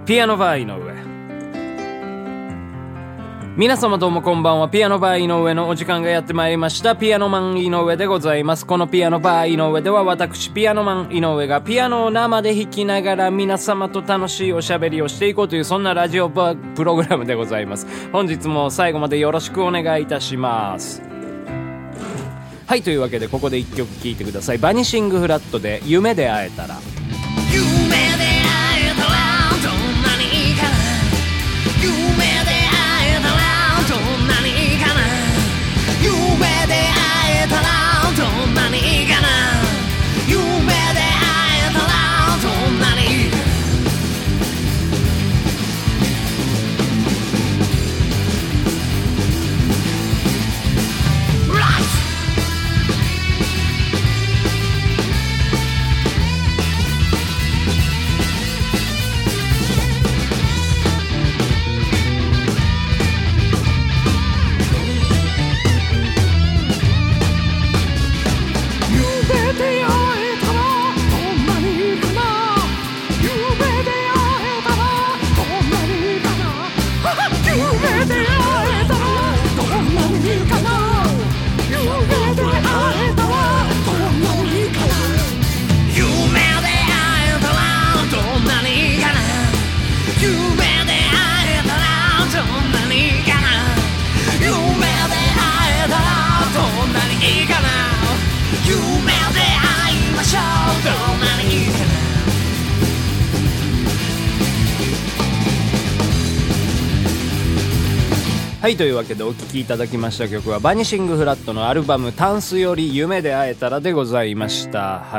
ピアノバー井上。皆様どうもこんばんは。ピアノバー井上のお時間がやってまいりました。ピアノマン井上でございます。このピアノバー井上では、私ピアノマン井上がピアノを生で弾きながら皆様と楽しいおしゃべりをしていこうという、そんなラジオプログラムでございます。本日も最後までよろしくお願いいたします。はい、というわけでここで一曲聴いてください。バニシングフラットで夢で会えたら。 夢で会えたらどんなにいいかな、夢で会えたらどんなにいいかな、夢で会えたらどんなにいいかな、夢で会えたらどんなにいいかな。 はい、というわけでお聴きいただきました曲はバニシングフラットのアルバムタンスより夢で会えたらでございました。はい、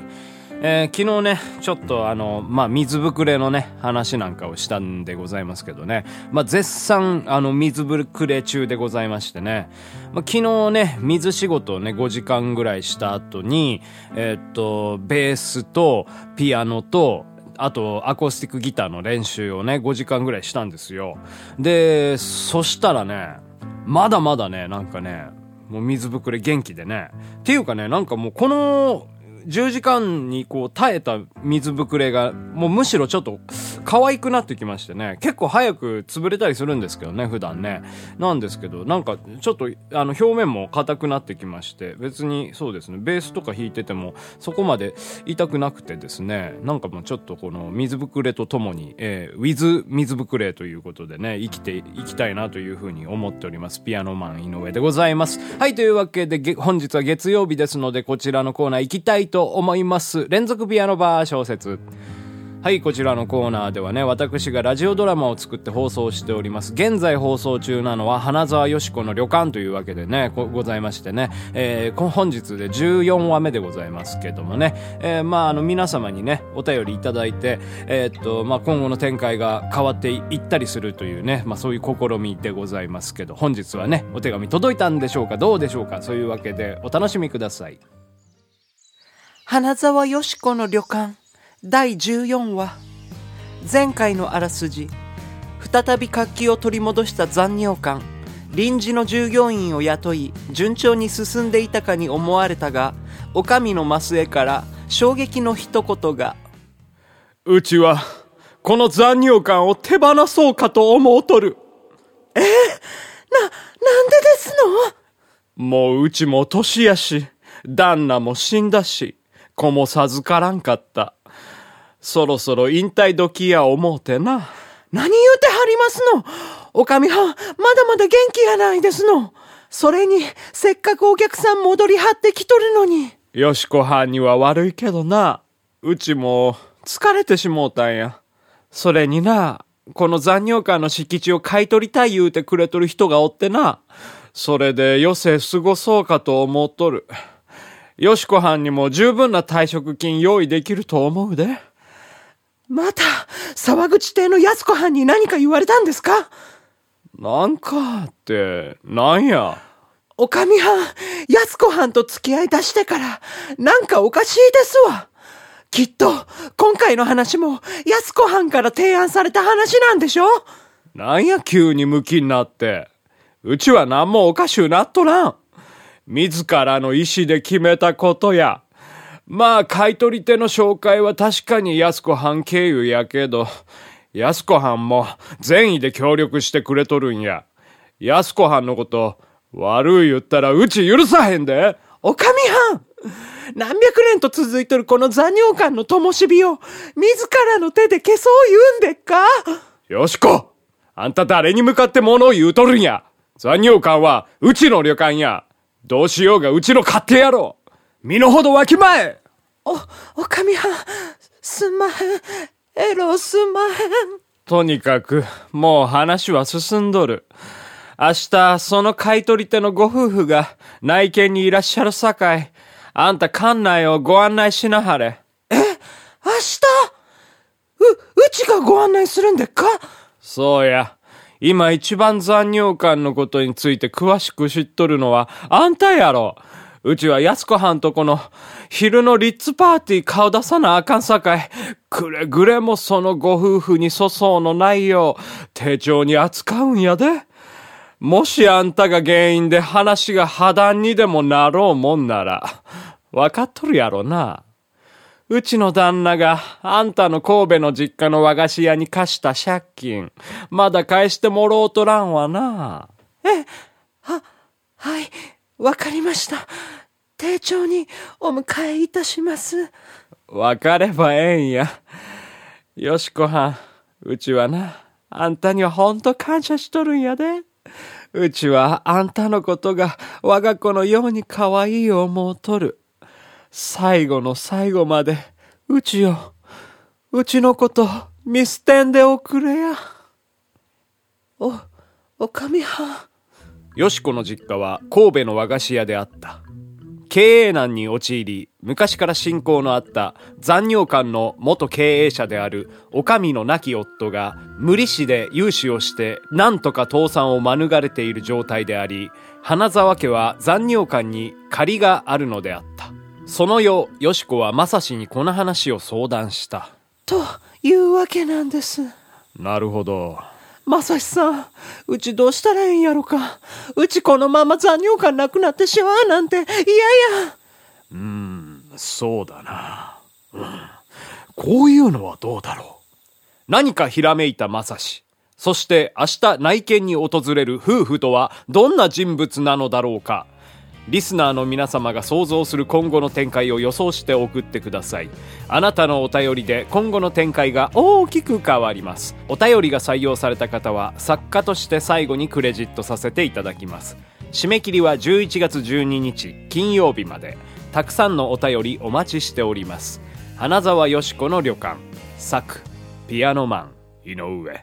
昨日ねちょっと水ぶくれのね話なんかをしたんでございますけどね、絶賛水ぶくれ中でございましてね、昨日ね水仕事をね5時間ぐらいした後にベースとピアノとあとアコースティックギターの練習をね5時間ぐらいしたんですよ。でそしたらねまだまだねなんかねもう水ぶくれ元気でねっていうかね、なんかもうこの10時間にこう耐えた水ぶくれがもうむしろちょっと可愛くなってきましてね、結構早く潰れたりするんですけどね普段ね、なんですけどなんかちょっと表面も硬くなってきまして、別にそうですねベースとか弾いててもそこまで痛くなくてですね、なんかもうちょっとこの水ぶくれとともに、with 水ぶくれということでね生きていきたいなというふうに思っております。ピアノマン井上でございます。はい、というわけで本日は月曜日ですのでこちらのコーナー行きたいと思います。連続ピアノバー小説。はい、こちらのコーナーではね私がラジオドラマを作って放送しております。現在放送中なのは花沢よし子の旅館というわけでねございましてね、本日で14話目でございますけどもね、皆様にねお便りいただいて今後の展開が変わっていったりするというね、そういう試みでございますけど、本日はねお手紙届いたんでしょうか、どうでしょうか。そういうわけでお楽しみください。 花沢よし子の旅館第14話。前回のあらすじ。再び活気を取り戻した残尿館。臨時の従業員を雇い順調に進んでいたかに思われたが、お上のマスエから衝撃の一言が。 うちはこの残尿館を手放そうかと思うとる。 なんでですの？ もううちも年やし旦那も死んだし子も授からんかった。そろそろ引退時や思うてな。 何言うてはりますの？おかみはんまだまだ元気やないですの。それにせっかくお客さん戻りはってきとるのに。 よしこはんには悪いけどな、うちも疲れてしもうたんや。それにな、この残尿館の敷地を買い取りたい言うてくれとる人がおってな、それで余生過ごそうかと思っとる。よしこはんにも十分な退職金用意できると思うで。 また沢口邸の安子はんに何か言われたんですか？ なんかってなんや。 おかみはん安子はんと付き合い出してからなんかおかしいですわ。きっと今回の話も安子はんから提案された話なんでしょ？ なんや急にムキになって。うちは何もおかしゅうなっとらん。自らの意思で決めたことや。買い取り手の紹介は確かに安子はん経由やけど、 安子はんも善意で協力してくれとるんや。安子はんのこと悪い言ったらうち許さへんで。 おかみはん、何百年と続いとるこの残尿感の灯火を自らの手で消そう言うんでっか。 よしこ、あんた誰に向かって物を言うとるんや。残尿感はうちの旅館や。どうしようがうちの勝手やろ。身の程わきまえ。 おかみはん、すんまへん。すんまへん。 とにかく、もう話は進んどる。明日、その買い取り手のご夫婦が内見にいらっしゃるさかい、あんた館内をご案内しなはれ。 明日うちがご案内するんでっか。 そうや。今一番残尿感のことについて詳しく知っとるのはあんたやろ。うちは安子はんとこの昼のリッツパーティー顔出さなあかんさかい、くれぐれもそのご夫婦に粗相のないよう丁重に扱うんやで。もしあんたが原因で話が破談にでもなろうもんなら、わかっとるやろな。うちの旦那があんたの神戸の実家の和菓子屋に貸した借金、まだ返してもろうとらんわな。 はい、わかりました。丁重にお迎えいたします。 わかればええんや。よしこはん、うちはな、あんたにはほんと感謝しとるんやで。うちはあんたのことが我が子のように可愛い思うとる。最後の最後まで、うちのこと見捨てんでおくれや。 おかみはん。 よしこの実家は神戸の和菓子屋であった。経営難に陥り、昔から親交のあった残尿館の元経営者であるお上の亡き夫が無利子で融資をしてなんとか倒産を免れている状態であり、花沢家は残尿館に借りがあるのであった。その夜、よしこは正志にこの話を相談した。 というわけなんです。 なるほど。 正志さん、うちどうしたらええんやろか。うちこのまま残尿感なくなってしまうなんて嫌や。 そうだな。こういうのはどうだろう。何かひらめいた正志。そして明日内見に訪れる夫婦とはどんな人物なのだろうか。リスナーの皆様が想像する今後の展開を予想して送ってください。あなたのお便りで今後の展開が大きく変わります。お便りが採用された方は作家として最後にクレジットさせていただきます。締め切りは11月12日金曜日まで。たくさんのお便りお待ちしております。花沢よしこの旅館、作ピアノマン井上。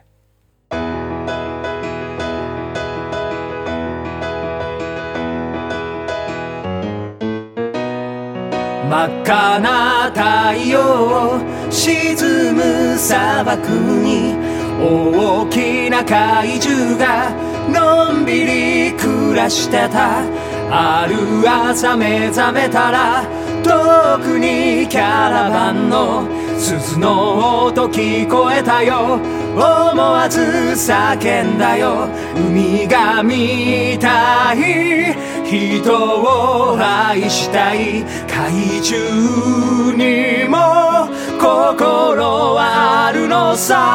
真っ赤な太陽沈む砂漠に大きな怪獣がのんびり暮らしてた。ある朝目覚めたら遠くにキャラバンの鈴の音聞こえたよ。思わず叫んだよ。海が見たい、人を愛したい、怪獣にも心はあるの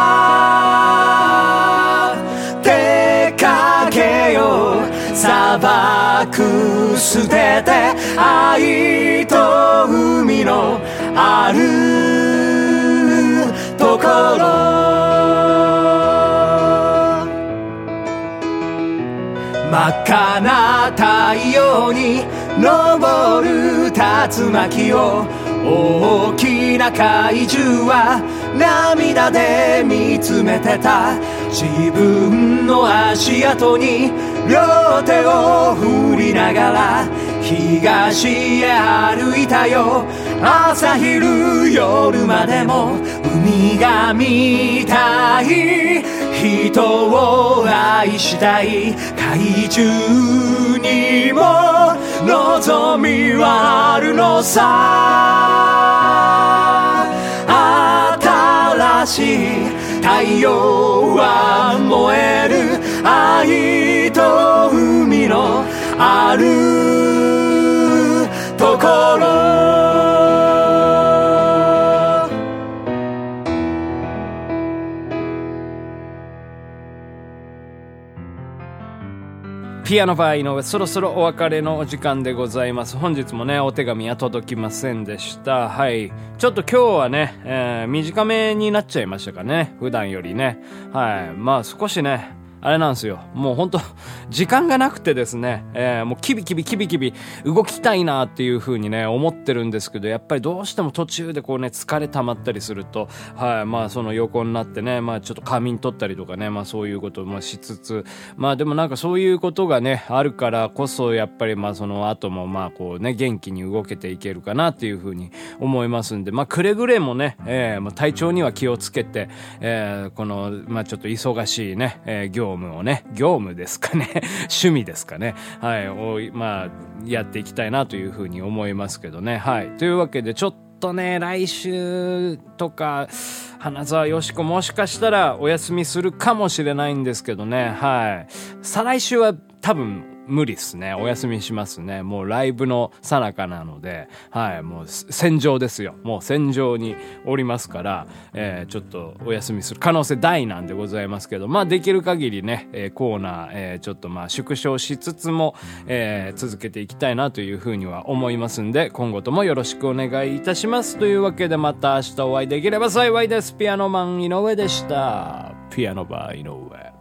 さ。出かけよう砂漠捨てて、愛と海のあるところ。真っ赤な太陽に昇る竜巻を大きな怪獣は涙で見つめてた。自分の足跡に両手を振りながら東へ歩いたよ。朝昼夜までも海が見たい、人を愛したい、怪獣にも望みはあるのさ。新しい太陽は燃える、愛と海のあるところ。 ピアノバー井上、そろそろお別れのお時間でございます。本日もね、お手紙は届きませんでした。はい。ちょっと今日はね、短めになっちゃいましたかね。普段よりね。はい。まあ少しね、あれなんですよ。もう本当時間がなくてですね、もうキビキビ動きたいなっていう風にね、思ってるんですけど、やっぱりどうしても途中でこうね、疲れ溜まったりすると、はい、まあその横になってね、まあちょっと仮眠取ったりとかね、まあそういうことをしつつ、まあでもなんかそういうことがね、あるからこそ、やっぱりまあその後もまあこうね、元気に動けていけるかなっていう風に思いますんで、まあくれぐれもね、まあ体調には気をつけて、この、まあちょっと忙しいね、業務ですかね趣味ですかね、はいまあやっていきたいなというふうに思いますけどね。はい、というわけでちょっとね、来週とか花沢よしこもしかしたらお休みするかもしれないんですけどね。はい、再来週は多分無理っすね。お休みしますね。もうライブの最中なので、はい、もう戦場ですよ。もう戦場におりますから、ちょっとお休みする可能性大なんでございますけど、まあできる限りね、コーナー、ちょっとまあ縮小しつつも、続けていきたいなというふうには思いますんで、今後ともよろしくお願いいたします。というわけでまた明日お会いできれば幸いです。ピアノマン井上でした。ピアノバー井上。